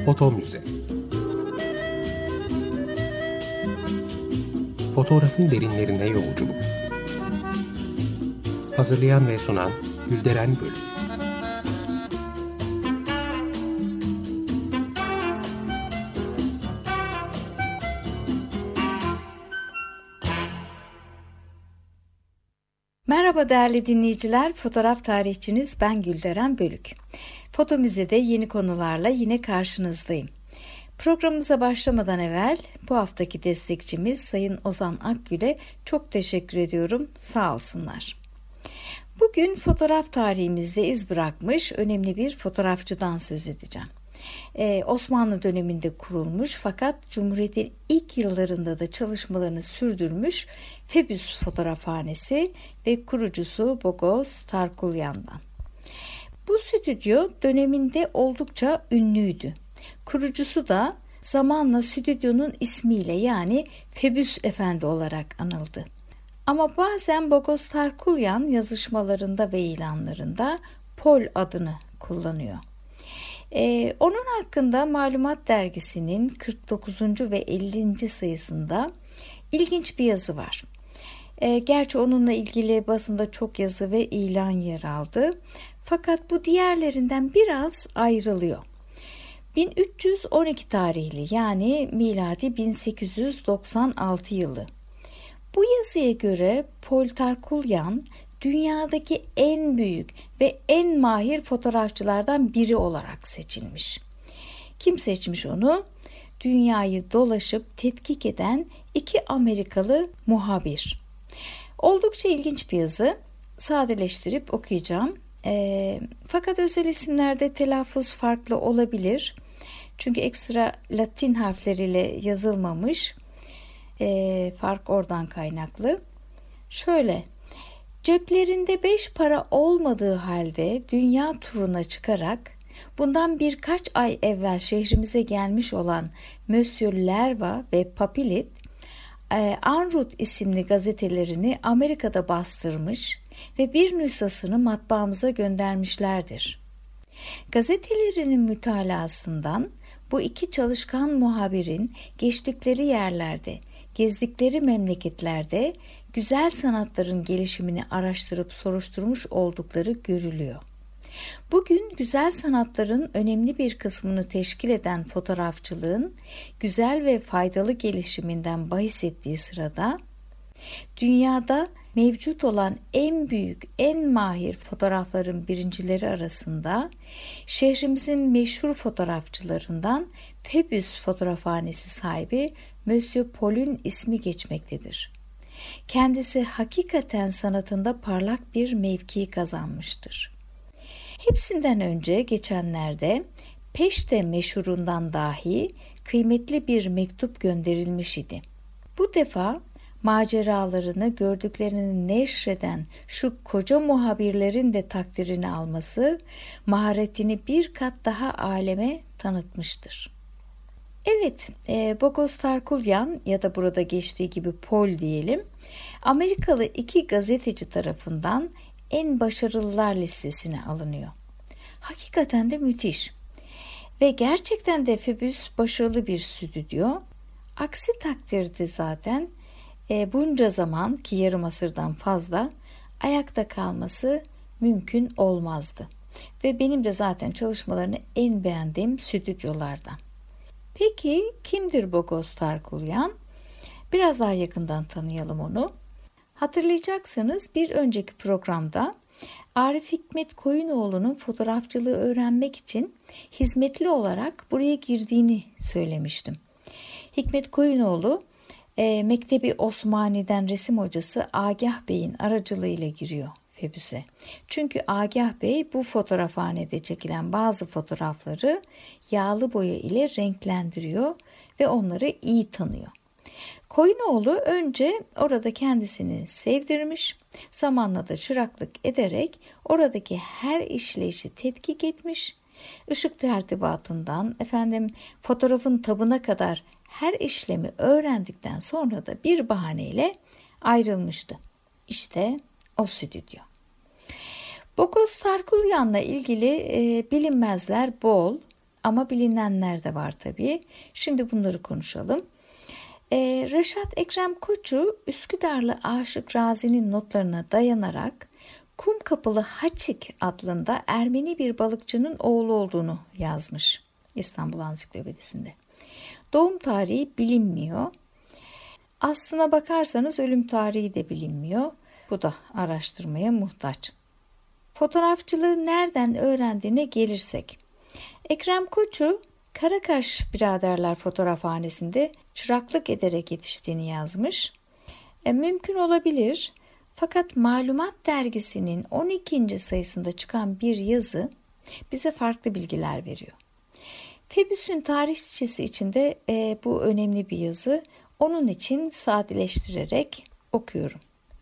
Foto Müze. Fotoğrafın derinlerine yolculuk. Hazırlayan ve sunan Gülderen Bölük. Merhaba değerli dinleyiciler, fotoğraf tarihçiniz ben Gülderen Bölük. Foto Müze'de yeni konularla yine karşınızdayım. Programımıza başlamadan evvel bu haftaki destekçimiz Sayın Ozan Akgül'e çok teşekkür ediyorum, sağ olsunlar. Bugün fotoğraf tarihimizde iz bırakmış önemli bir fotoğrafçıdan söz edeceğim. Osmanlı döneminde kurulmuş fakat Cumhuriyet'in ilk yıllarında da çalışmalarını sürdürmüş Febüs Fotoğrafhanesi ve kurucusu Boğaz Tarkulyan'dan. Bu stüdyo döneminde oldukça ünlüydü. Kurucusu da zamanla stüdyonun ismiyle yani Febüs Efendi olarak anıldı. Ama bazen Boğaz Tarkulyan yazışmalarında ve ilanlarında Pol adını kullanıyor. Onun hakkında Malumat Dergisi'nin 49. ve 50. sayısında ilginç bir yazı var. Gerçi onunla ilgili basında çok yazı ve ilan yer aldı. Fakat bu diğerlerinden biraz ayrılıyor. 1312 tarihli yani miladi 1896 yılı. Bu yazıya göre Pol Tarkulyan dünyadaki en büyük ve en mahir fotoğrafçılardan biri olarak seçilmiş. Kim seçmiş onu? Dünyayı dolaşıp tetkik eden iki Amerikalı muhabir. Oldukça ilginç bir yazı. Sadeleştirip okuyacağım. Fakat özel isimlerde telaffuz farklı olabilir. Çünkü ekstra Latin harfleriyle yazılmamış. Fark oradan kaynaklı. Şöyle. Ceplerinde 5 para olmadığı halde dünya turuna çıkarak bundan birkaç ay evvel şehrimize gelmiş olan Monsieur Lerva ve Papilit, En Route isimli gazetelerini Amerika'da bastırmış ve bir nüshasını matbaamıza göndermişlerdir. Gazetelerinin mütalasından bu iki çalışkan muhabirin geçtikleri yerlerde, gezdikleri memleketlerde güzel sanatların gelişimini araştırıp soruşturmuş oldukları görülüyor. Bugün güzel sanatların önemli bir kısmını teşkil eden fotoğrafçılığın güzel ve faydalı gelişiminden bahis ettiği sırada, dünyada mevcut olan en büyük, en mahir fotoğrafların birincileri arasında şehrimizin meşhur fotoğrafçılarından Febüs Fotoğrafhanesi sahibi Monsieur Paul'ün ismi geçmektedir. Kendisi hakikaten sanatında parlak bir mevki kazanmıştır. Hepsinden önce geçenlerde Peşte meşhurundan dahi kıymetli bir mektup gönderilmiş idi. Bu defa maceralarını gördüklerini neşreden şu koca muhabirlerin de takdirini alması maharetini bir kat daha aleme tanıtmıştır. Evet, Boğaz Tarkulyan ya da burada geçtiği gibi Pol diyelim, Amerikalı iki gazeteci tarafından en başarılılar listesine alınıyor. Hakikaten de müthiş. Ve gerçekten de Febüs başarılı bir stüdyo. Aksi takdirde zaten bunca zaman ki yarım asırdan fazla ayakta kalması mümkün olmazdı. Ve benim de zaten çalışmalarını en beğendiğim stüdyolardan. Peki kimdir Boğaz Tarkulyan? Biraz daha yakından tanıyalım onu. Hatırlayacaksınız bir önceki programda Arif Hikmet Koyunoğlu'nun fotoğrafçılığı öğrenmek için hizmetli olarak buraya girdiğini söylemiştim. Hikmet Koyunoğlu Mektebi Osmani'den resim hocası Agah Bey'in aracılığıyla giriyor Febüs'e. Çünkü Agah Bey bu fotoğrafhanede çekilen bazı fotoğrafları yağlı boya ile renklendiriyor ve onları iyi tanıyor. Koyunoğlu önce orada kendisini sevdirmiş, zamanla da çıraklık ederek oradaki her işleyişi tetkik etmiş, ışık tertibatından fotoğrafın tabına kadar her işlemi öğrendikten sonra da bir bahaneyle ayrılmıştı. İşte o stüdyo. Boğaz Tarkulyan'la ilgili bilinmezler bol. Ama bilinenler de var tabii. Şimdi bunları konuşalım. Reşat Ekrem Koçu Üsküdarlı Aşık Razi'nin notlarına dayanarak Kumkapılı Haçik adında Ermeni bir balıkçının oğlu olduğunu yazmış İstanbul Ansiklopedisi'nde. Doğum tarihi bilinmiyor. Aslına bakarsanız ölüm tarihi de bilinmiyor. Bu da araştırmaya muhtaç. Fotoğrafçılığı nereden öğrendiğine gelirsek. Ekrem Koçu Karakaş Biraderler Fotoğrafhanesi'nde çıraklık ederek yetiştiğini yazmış. Mümkün olabilir. Fakat Malumat Dergisi'nin 12. sayısında çıkan bir yazı bize farklı bilgiler veriyor. Febüs'ün tarihçisi için de bu önemli bir yazı. Onun için sadeleştirerek okuyorum.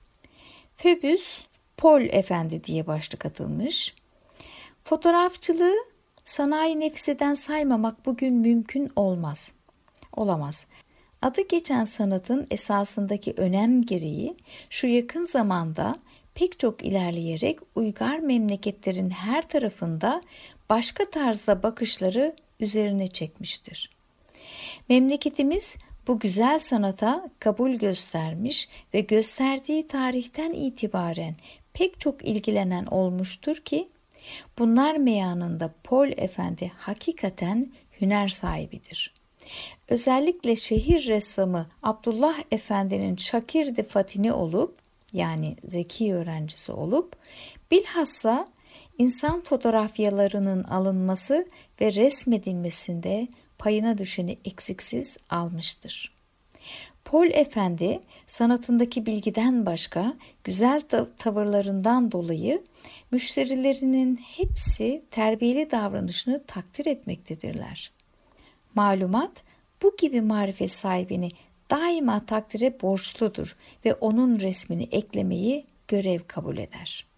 Febüs Pol Efendi diye başlık atılmış. Fotoğrafçılığı sanayi nefiseden saymamak bugün mümkün olamaz. Adı geçen sanatın esasındaki önem gereği şu yakın zamanda pek çok ilerleyerek uygar memleketlerin her tarafında başka tarzda bakışları üzerine çekmiştir. Memleketimiz bu güzel sanata kabul göstermiş ve gösterdiği tarihten itibaren pek çok ilgilenen olmuştur ki bunlar meyanında Pol Efendi hakikaten hüner sahibidir. Özellikle şehir ressamı Abdullah Efendi'nin şakir-i fatini olup yani zeki öğrencisi olup bilhassa insan fotoğrafyalarının alınması ve resmedilmesinde payına düşeni eksiksiz almıştır. Pol Efendi sanatındaki bilgiden başka güzel tavırlarından dolayı müşterilerinin hepsi terbiyeli davranışını takdir etmektedirler. Malumat bu gibi marifet sahibini daima takdire borçludur ve onun resmini eklemeyi görev kabul eder.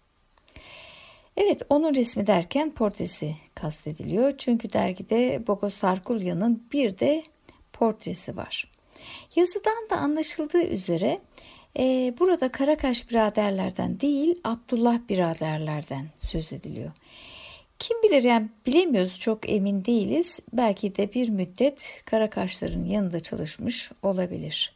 Evet, onun resmi derken portresi kastediliyor. Çünkü dergide Bogos Tarkulya'nın bir de portresi var. Yazıdan da anlaşıldığı üzere burada Karakaş biraderlerden değil Abdullah biraderlerden söz ediliyor. Kim bilir, yani bilemiyoruz, çok emin değiliz. Belki de bir müddet Karakaşların yanında çalışmış olabilir.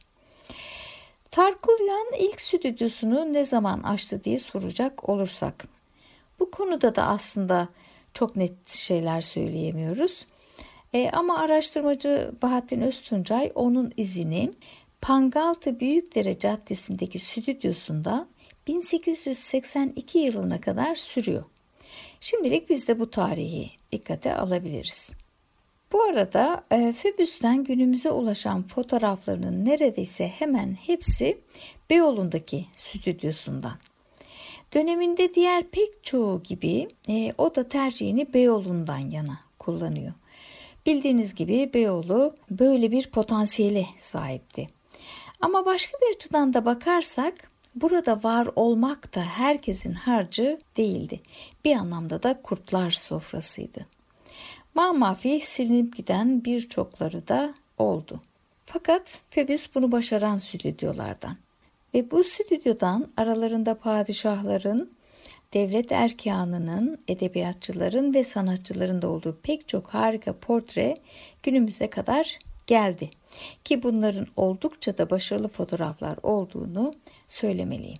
Tarkulyan ilk stüdyosunu ne zaman açtı diye soracak olursak. Bu konuda da aslında çok net şeyler söyleyemiyoruz. Ama araştırmacı Bahattin Öztuncay onun izini Pangaltı Büyükdere Caddesi'ndeki stüdyosunda 1882 yılına kadar sürüyor. Şimdilik biz de bu tarihi dikkate alabiliriz. Bu arada Föbüs'ten günümüze ulaşan fotoğraflarının neredeyse hemen hepsi Beyoğlu'ndaki stüdyosundan. Döneminde diğer pek çoğu gibi o da tercihini Beyoğlu'ndan yana kullanıyor. Bildiğiniz gibi Beyoğlu böyle bir potansiyele sahipti. Ama başka bir açıdan da bakarsak burada var olmak da herkesin harcı değildi. Bir anlamda da kurtlar sofrasıydı. Mamafi silinip giden birçokları da oldu. Fakat Föbüs bunu başaran stüdyolardan. Ve bu stüdyodan aralarında padişahların, devlet erkanının, edebiyatçıların ve sanatçıların da olduğu pek çok harika portre günümüze kadar geldi. Ki bunların oldukça da başarılı fotoğraflar olduğunu söylemeliyim.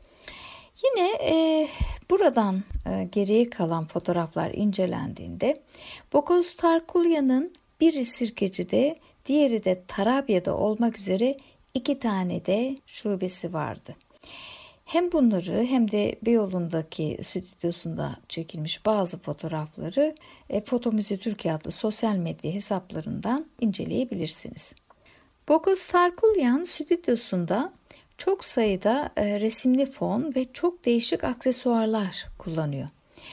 Yine buradan geriye kalan fotoğraflar incelendiğinde Bogos Tarkulya'nın biri Sirkeci'de, diğeri de Tarabya'da olmak üzere 2 tane de şubesi vardı. Hem bunları hem de Beyoğlu'ndaki stüdyosunda çekilmiş bazı fotoğrafları Foto Müze Türkiye adlı sosyal medya hesaplarından inceleyebilirsiniz. Bogos Tarkulyan stüdyosunda çok sayıda resimli fon ve çok değişik aksesuarlar kullanıyor.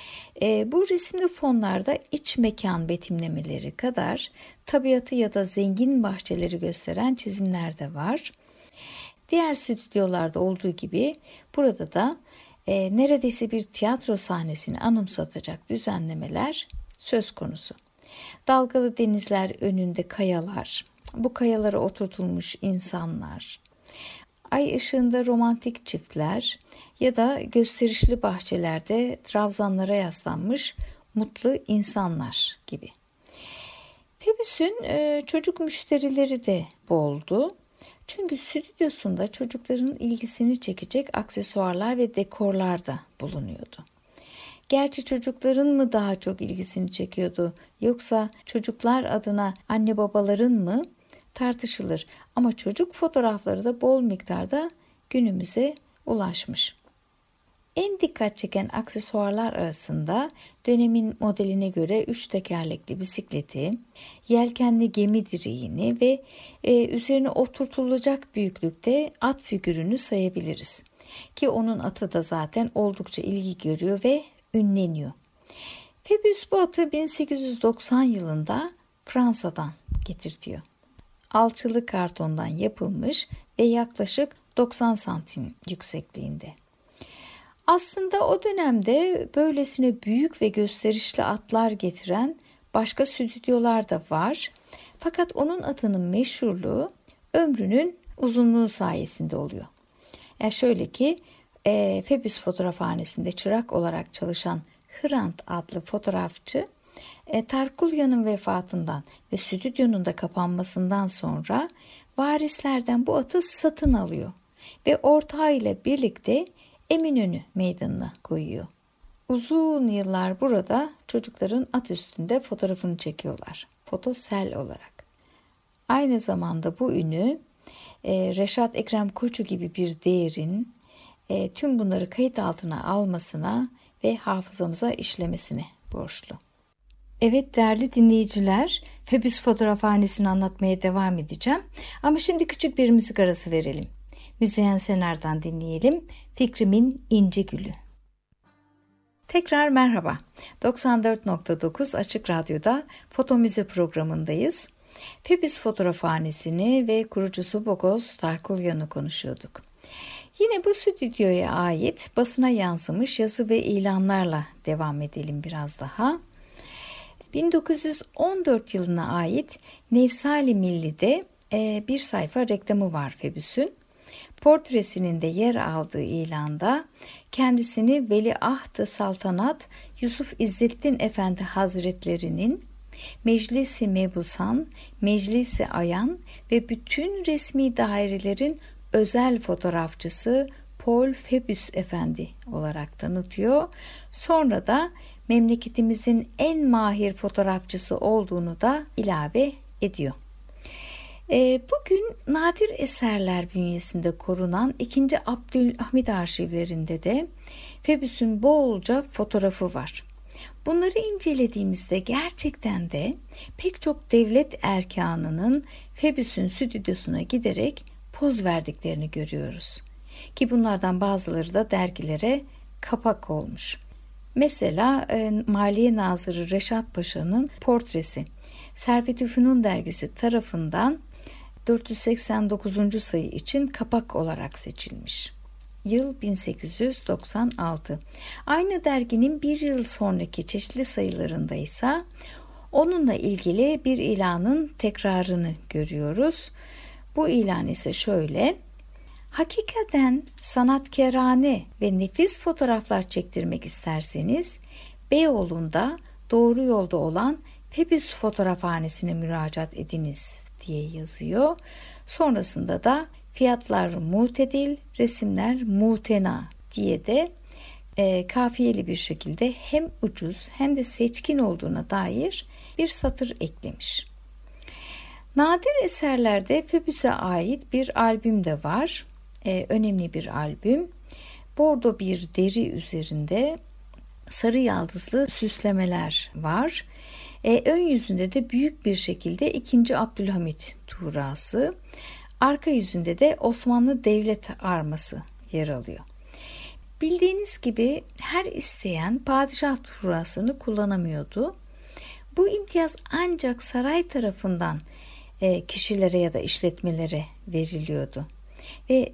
Bu resimli fonlarda iç mekan betimlemeleri kadar tabiatı ya da zengin bahçeleri gösteren çizimler de var. Diğer stüdyolarda olduğu gibi burada da neredeyse bir tiyatro sahnesini anımsatacak düzenlemeler söz konusu. Dalgalı denizler önünde kayalar, bu kayalara oturtulmuş insanlar, ay ışığında romantik çiftler ya da gösterişli bahçelerde trabzanlara yaslanmış mutlu insanlar gibi. Febüs'ün çocuk müşterileri de boldu. Çünkü stüdyosunda çocukların ilgisini çekecek aksesuarlar ve dekorlar da bulunuyordu. Gerçi çocukların mı daha çok ilgisini çekiyordu yoksa çocuklar adına anne babaların mı tartışılır. Ama çocuk fotoğrafları da bol miktarda günümüze ulaşmış. En dikkat çeken aksesuarlar arasında dönemin modeline göre 3 tekerlekli bisikleti, yelkenli gemi direğini ve üzerine oturtulacak büyüklükte at figürünü sayabiliriz. Ki onun atı da zaten oldukça ilgi görüyor ve ünleniyor. Phöbus bu atı 1890 yılında Fransa'dan getirtiyor. Alçılı kartondan yapılmış ve yaklaşık 90 santim yüksekliğinde. Aslında o dönemde böylesine büyük ve gösterişli atlar getiren başka stüdyolar da var. Fakat onun atının meşhurluğu ömrünün uzunluğu sayesinde oluyor. Yani şöyle ki Phöbus fotoğrafhanesinde çırak olarak çalışan Hrant adlı fotoğrafçı Tarkulya'nın vefatından ve stüdyonun da kapanmasından sonra varislerden bu atı satın alıyor ve ortağıyla birlikte Eminönü Meydanı'na koyuyor. Uzun yıllar burada çocukların at üstünde fotoğrafını çekiyorlar. Fotosel olarak. Aynı zamanda bu ünü Reşat Ekrem Koçu gibi bir değerin tüm bunları kayıt altına almasına ve hafızamıza işlemesine borçlu. Evet değerli dinleyiciler, Phöbus fotoğrafhanesini anlatmaya devam edeceğim. Ama şimdi küçük bir müzik arası verelim. Müzeyyen Senar'dan dinleyelim. Fikrimin İnce Gülü. Tekrar merhaba. 94.9 Açık Radyo'da Foto Müze programındayız. Phöbus fotoğrafhanesini ve kurucusu Bogoz Tarkulyan'ı konuşuyorduk. Yine bu stüdyoya ait basına yansımış yazı ve ilanlarla devam edelim biraz daha. 1914 yılına ait Nevsali Milli'de bir sayfa reklamı var Phöbus'ün. Portresinin de yer aldığı ilanda kendisini Veliaht-ı Saltanat Yusuf İzzettin Efendi Hazretlerinin Meclis-i Mebusan, Meclis-i Ayan ve bütün resmi dairelerin özel fotoğrafçısı Paul Phöbus Efendi olarak tanıtıyor. Sonra da memleketimizin en mahir fotoğrafçısı olduğunu da ilave ediyor. Bugün nadir eserler bünyesinde korunan 2. Abdülhamid arşivlerinde de Phöbus'un bolca fotoğrafı var. Bunları incelediğimizde gerçekten de pek çok devlet erkanının Phöbus'un stüdyosuna giderek poz verdiklerini görüyoruz. Ki bunlardan bazıları da dergilere kapak olmuş. Mesela Maliye Nazırı Reşat Paşa'nın portresi Servet-i Fünun dergisi tarafından 489. sayı için kapak olarak seçilmiş. Yıl 1896. Aynı derginin bir yıl sonraki çeşitli sayılarında ise onunla ilgili bir ilanın tekrarını görüyoruz. Bu ilan ise şöyle: hakikaten sanatkarane ve nefis fotoğraflar çektirmek isterseniz Beyoğlu'nda doğru yolda olan Phöbus fotoğrafhanesine müracaat ediniz diye yazıyor. Sonrasında da fiyatlar mutedil, resimler mutena diye de kafiyeli bir şekilde hem ucuz hem de seçkin olduğuna dair bir satır eklemiş. Nadir eserlerde Phöbus'a ait bir albüm de var. Önemli bir albüm. Bordo bir deri üzerinde sarı yaldızlı süslemeler var. Ön yüzünde de büyük bir şekilde 2. Abdülhamit tuğrası, arka yüzünde de Osmanlı Devlet arması yer alıyor. Bildiğiniz gibi her isteyen padişah tuğrasını kullanamıyordu. Bu imtiyaz ancak saray tarafından kişilere ya da işletmelere veriliyordu. Ve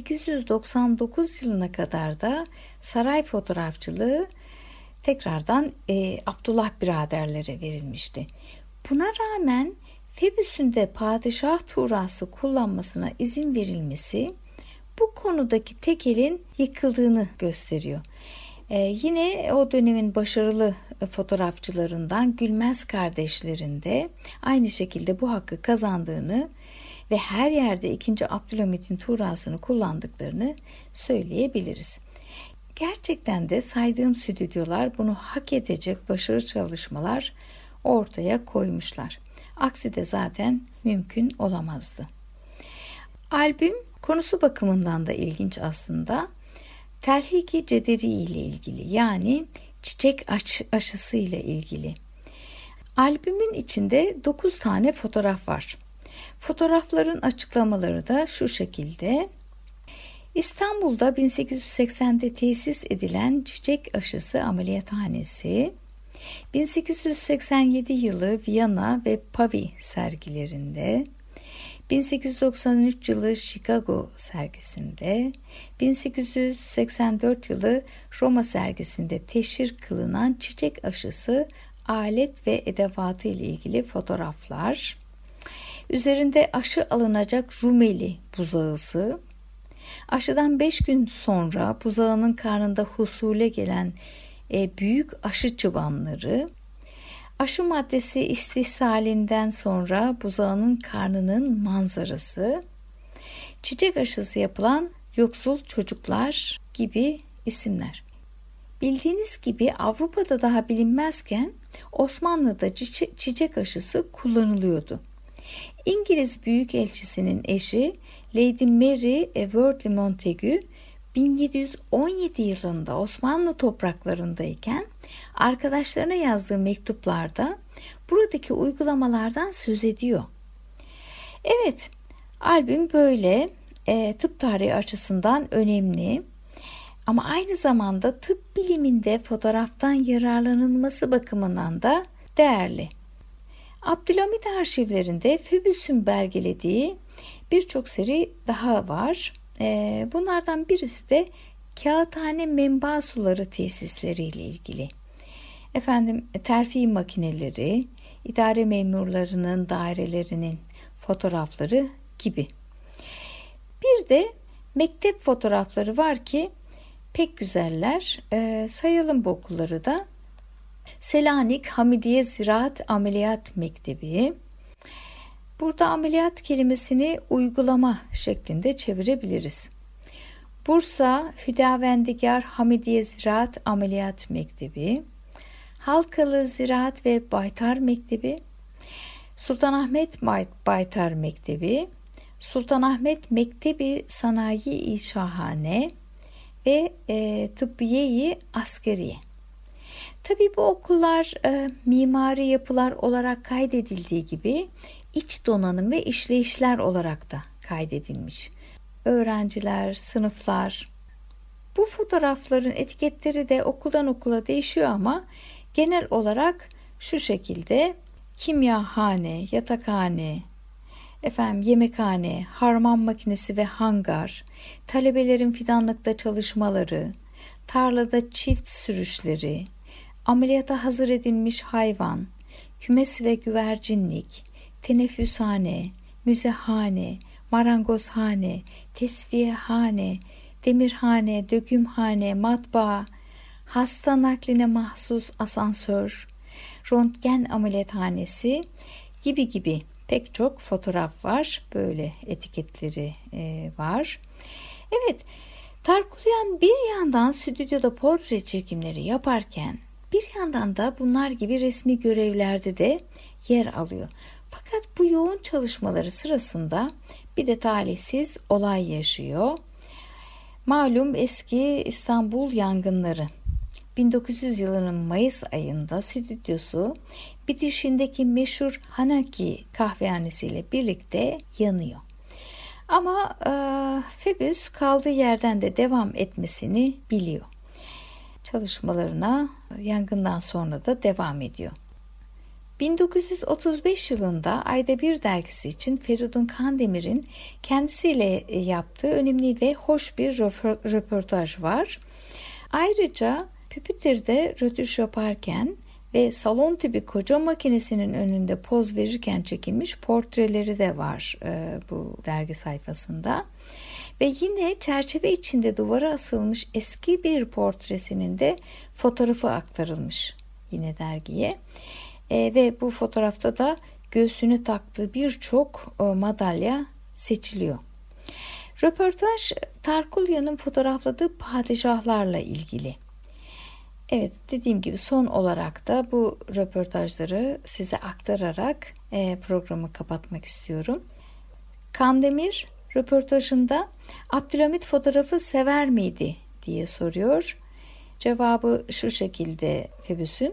1899 yılına kadar da saray fotoğrafçılığı tekrardan Abdullah biraderlere verilmişti. Buna rağmen Phöbus'un de padişah tuğrası kullanmasına izin verilmesi bu konudaki tekelin yıkıldığını gösteriyor. Yine o dönemin başarılı fotoğrafçılarından Gülmez kardeşlerin de aynı şekilde bu hakkı kazandığını ve her yerde 2. Abdülhamit'in tuğrasını kullandıklarını söyleyebiliriz. Gerçekten de saydığım stüdyolar bunu hak edecek başarılı çalışmalar ortaya koymuşlar. Aksi de zaten mümkün olamazdı. Albüm konusu bakımından da ilginç aslında. Telhiki cederi ile ilgili, yani çiçek aşısı ile ilgili. Albümün içinde 9 tane fotoğraf var. Fotoğrafların açıklamaları da şu şekilde. İstanbul'da 1880'de tesis edilen çiçek aşısı ameliyathanesi, 1887 yılı Viyana ve Pavi sergilerinde, 1893 yılı Chicago sergisinde, 1884 yılı Roma sergisinde teşhir kılınan çiçek aşısı alet ve edevatı ile ilgili fotoğraflar, üzerinde aşı alınacak Rumeli buzağısı, aşıdan 5 gün sonra buzağının karnında husule gelen büyük aşı çıbanları, aşı maddesi istihsalinden sonra buzağının karnının manzarası, çiçek aşısı yapılan yoksul çocuklar gibi isimler. Bildiğiniz gibi Avrupa'da daha bilinmezken Osmanlı'da çiçek aşısı kullanılıyordu. İngiliz Büyükelçisi'nin eşi Lady Mary Wortley Montagu 1717 yılında Osmanlı topraklarındayken arkadaşlarına yazdığı mektuplarda buradaki uygulamalardan söz ediyor. Evet, albüm böyle tıp tarihi açısından önemli ama aynı zamanda tıp biliminde fotoğraftan yararlanılması bakımından da değerli. Abdülhamit arşivlerinde Föbüs'ün belgelediği birçok seri daha var. Bunlardan birisi de kağıthane menba suları tesisleriyle ilgili. Terfi makineleri, idare memurlarının dairelerinin fotoğrafları gibi. Bir de mektep fotoğrafları var ki pek güzeller. Sayalım bu okulları da. Selanik Hamidiye Ziraat Ameliyat Mektebi. Burada ameliyat kelimesini uygulama şeklinde çevirebiliriz. Bursa Hüdavendigar Hamidiye Ziraat Ameliyat Mektebi, Halkalı Ziraat ve Baytar Mektebi, Sultanahmet Baytar Mektebi, Sultanahmet Mektebi Sanayi-i Şahane ve Tıbbiye-i Askeriye. Tabii bu okullar mimari yapılar olarak kaydedildiği gibi iç donanım ve işleyişler olarak da kaydedilmiş. Öğrenciler, sınıflar. Bu fotoğrafların etiketleri de okuldan okula değişiyor ama genel olarak şu şekilde: kimyahane, yatakhane, yemekhane, harman makinesi ve hangar, talebelerin fidanlıkta çalışmaları, tarlada çift sürüşleri, ameliyata hazır edilmiş hayvan, kümes ve güvercinlik, teneffüshane, müzehane, marangozhane, tesviyehane, demirhane, dökümhane, matbaa, hasta nakline mahsus asansör, röntgen ameliyathanesi gibi pek çok fotoğraf var. Böyle etiketleri var. Evet, Tarkulyan bir yandan stüdyoda portre çekimleri yaparken bir yandan da bunlar gibi resmi görevlerde de yer alıyor. Fakat bu yoğun çalışmaları sırasında bir de talihsiz olay yaşıyor. Malum eski İstanbul yangınları. 1900 yılının Mayıs ayında stüdyosu bitişindeki meşhur Hanaki kahvehanesiyle birlikte yanıyor. Ama Föbüs kaldığı yerden de devam etmesini biliyor. Çalışmalarına yangından sonra da devam ediyor. 1935 yılında Ayda Bir dergisi için Feridun Kandemir'in kendisiyle yaptığı önemli ve hoş bir röportaj var. Ayrıca püpitirde rötuş yaparken ve salon tipi koca makinesinin önünde poz verirken çekilmiş portreleri de var bu dergi sayfasında. Ve yine çerçeve içinde duvara asılmış eski bir portresinin de fotoğrafı aktarılmış yine dergiye. Ve bu fotoğrafta da göğsüne taktığı birçok madalya seçiliyor. Röportaj Tarkulya'nın fotoğrafladığı padişahlarla ilgili. Evet, dediğim gibi son olarak da bu röportajları size aktararak programı kapatmak istiyorum. Kandemir röportajında Abdülhamit fotoğrafı sever miydi diye soruyor. Cevabı şu şekilde Febüs'ün: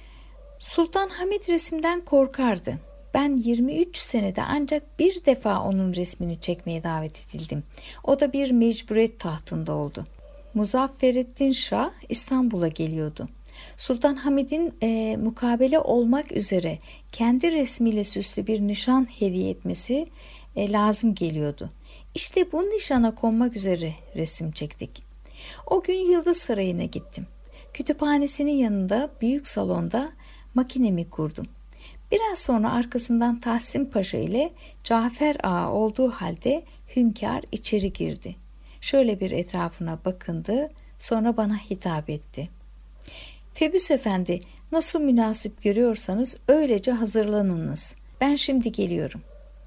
Sultan Hamid resimden korkardı. Ben 23 senede ancak bir defa onun resmini çekmeye davet edildim. O da bir mecburiyet tahtında oldu. Muzaffereddin Şah İstanbul'a geliyordu. Sultan Hamid'in mukabele olmak üzere kendi resmiyle süslü bir nişan hediye etmesi lazım geliyordu. İşte bu nişana konmak üzere resim çektik. O gün Yıldız Sarayı'na gittim. Kütüphanesinin yanında büyük salonda makinemi kurdum. Biraz sonra arkasından Tahsin Paşa ile Cafer Ağa olduğu halde hünkâr içeri girdi. Şöyle bir etrafına bakındı, sonra bana hitap etti. Febüs Efendi, nasıl münasip görüyorsanız öylece hazırlanınız. Ben şimdi geliyorum.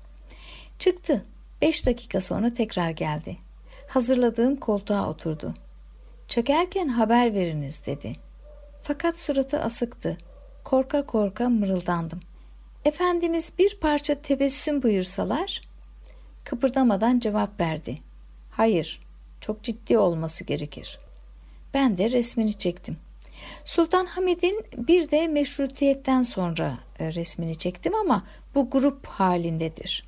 Çıktı. 5 dakika sonra tekrar geldi. Hazırladığım koltuğa oturdu. Çökerken haber veriniz dedi. Fakat suratı asıktı. Korka korka mırıldandım. Efendimiz bir parça tebessüm buyursalar? Kıpırdamadan cevap verdi. Hayır, çok ciddi olması gerekir. Ben de resmini çektim. Sultan Hamid'in bir de meşrutiyetten sonra resmini çektim ama bu grup halindedir.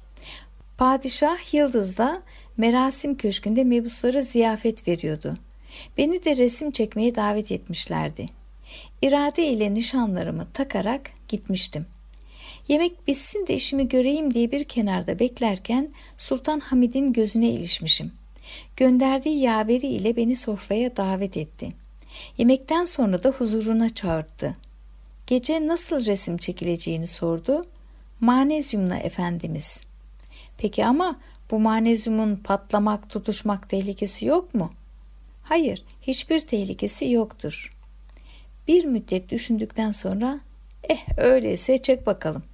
Padişah Yıldız'da Merasim Köşkü'nde mebuslara ziyafet veriyordu. Beni de resim çekmeye davet etmişlerdi. İrade ile nişanlarımı takarak gitmiştim. Yemek bitsin de işimi göreyim diye bir kenarda beklerken Sultan Hamid'in gözüne ilişmişim. Gönderdiği yaveri ile beni sofraya davet etti. Yemekten sonra da huzuruna çağırdı. Gece nasıl resim çekileceğini sordu. Manezyumla efendimiz. Peki ama bu manezyumun patlamak, tutuşmak tehlikesi yok mu? Hayır, hiçbir tehlikesi yoktur. Bir müddet düşündükten sonra öyleyse çek bakalım.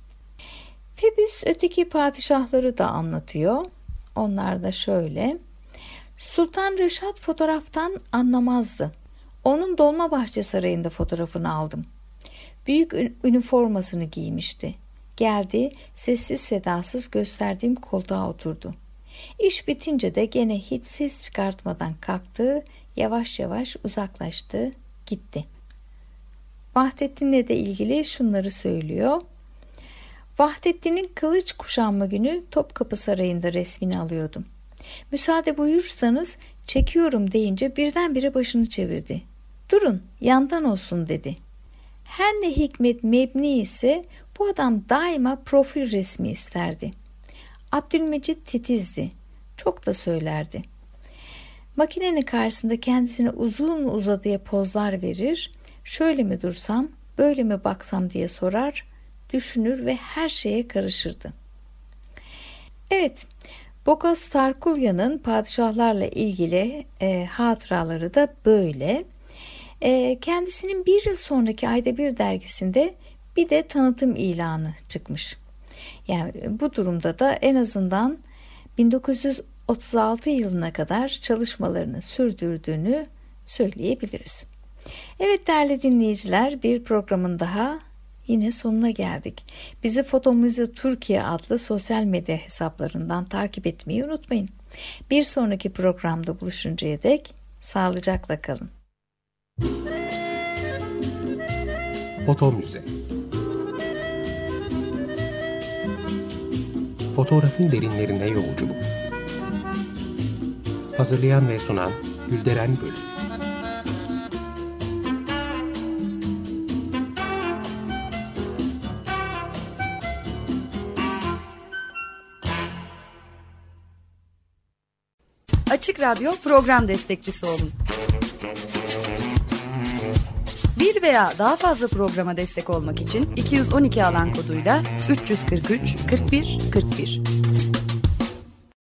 Febüs öteki padişahları da anlatıyor. Onlar da şöyle. Sultan Reşat fotoğraftan anlamazdı. Onun Dolmabahçe Sarayı'nda fotoğrafını aldım. Büyük üniformasını giymişti. Geldi, sessiz sedasız gösterdiğim koltuğa oturdu. İş bitince de gene hiç ses çıkartmadan kalktı, yavaş yavaş uzaklaştı, gitti. Vahdettin'le de ilgili şunları söylüyor. Vahdettin'in kılıç kuşanma günü Topkapı Sarayı'nda resmini alıyordum. Müsaade buyurursanız çekiyorum deyince birdenbire başını çevirdi. Durun, yandan olsun dedi. Her ne hikmet mebni ise bu adam daima profil resmi isterdi. Abdülmecid titizdi. Çok da söylerdi. Makinenin karşısında kendisine uzun uzadıya pozlar verir, şöyle mi dursam, böyle mi baksam diye sorar, düşünür ve her şeye karışırdı. Evet, Bogos Tarkulya'nın padişahlarla ilgili hatıraları da böyle. Kendisinin bir yıl sonraki Ayda Bir dergisinde bir de tanıtım ilanı çıkmış. Yani bu durumda da en azından 1936 yılına kadar çalışmalarını sürdürdüğünü söyleyebiliriz. Evet değerli dinleyiciler, bir programın daha yine sonuna geldik. Bizi Fotomüze Türkiye adlı sosyal medya hesaplarından takip etmeyi unutmayın. Bir sonraki programda buluşuncaya dek sağlıcakla kalın. Fotomüze. Fotoğrafın derinlerine yolculuk. Hazırlayan ve sunan Gülderen Bölük. Açık Radyo program destekçisi olun. Bir veya daha fazla programa destek olmak için 212 alan koduyla 343 41 41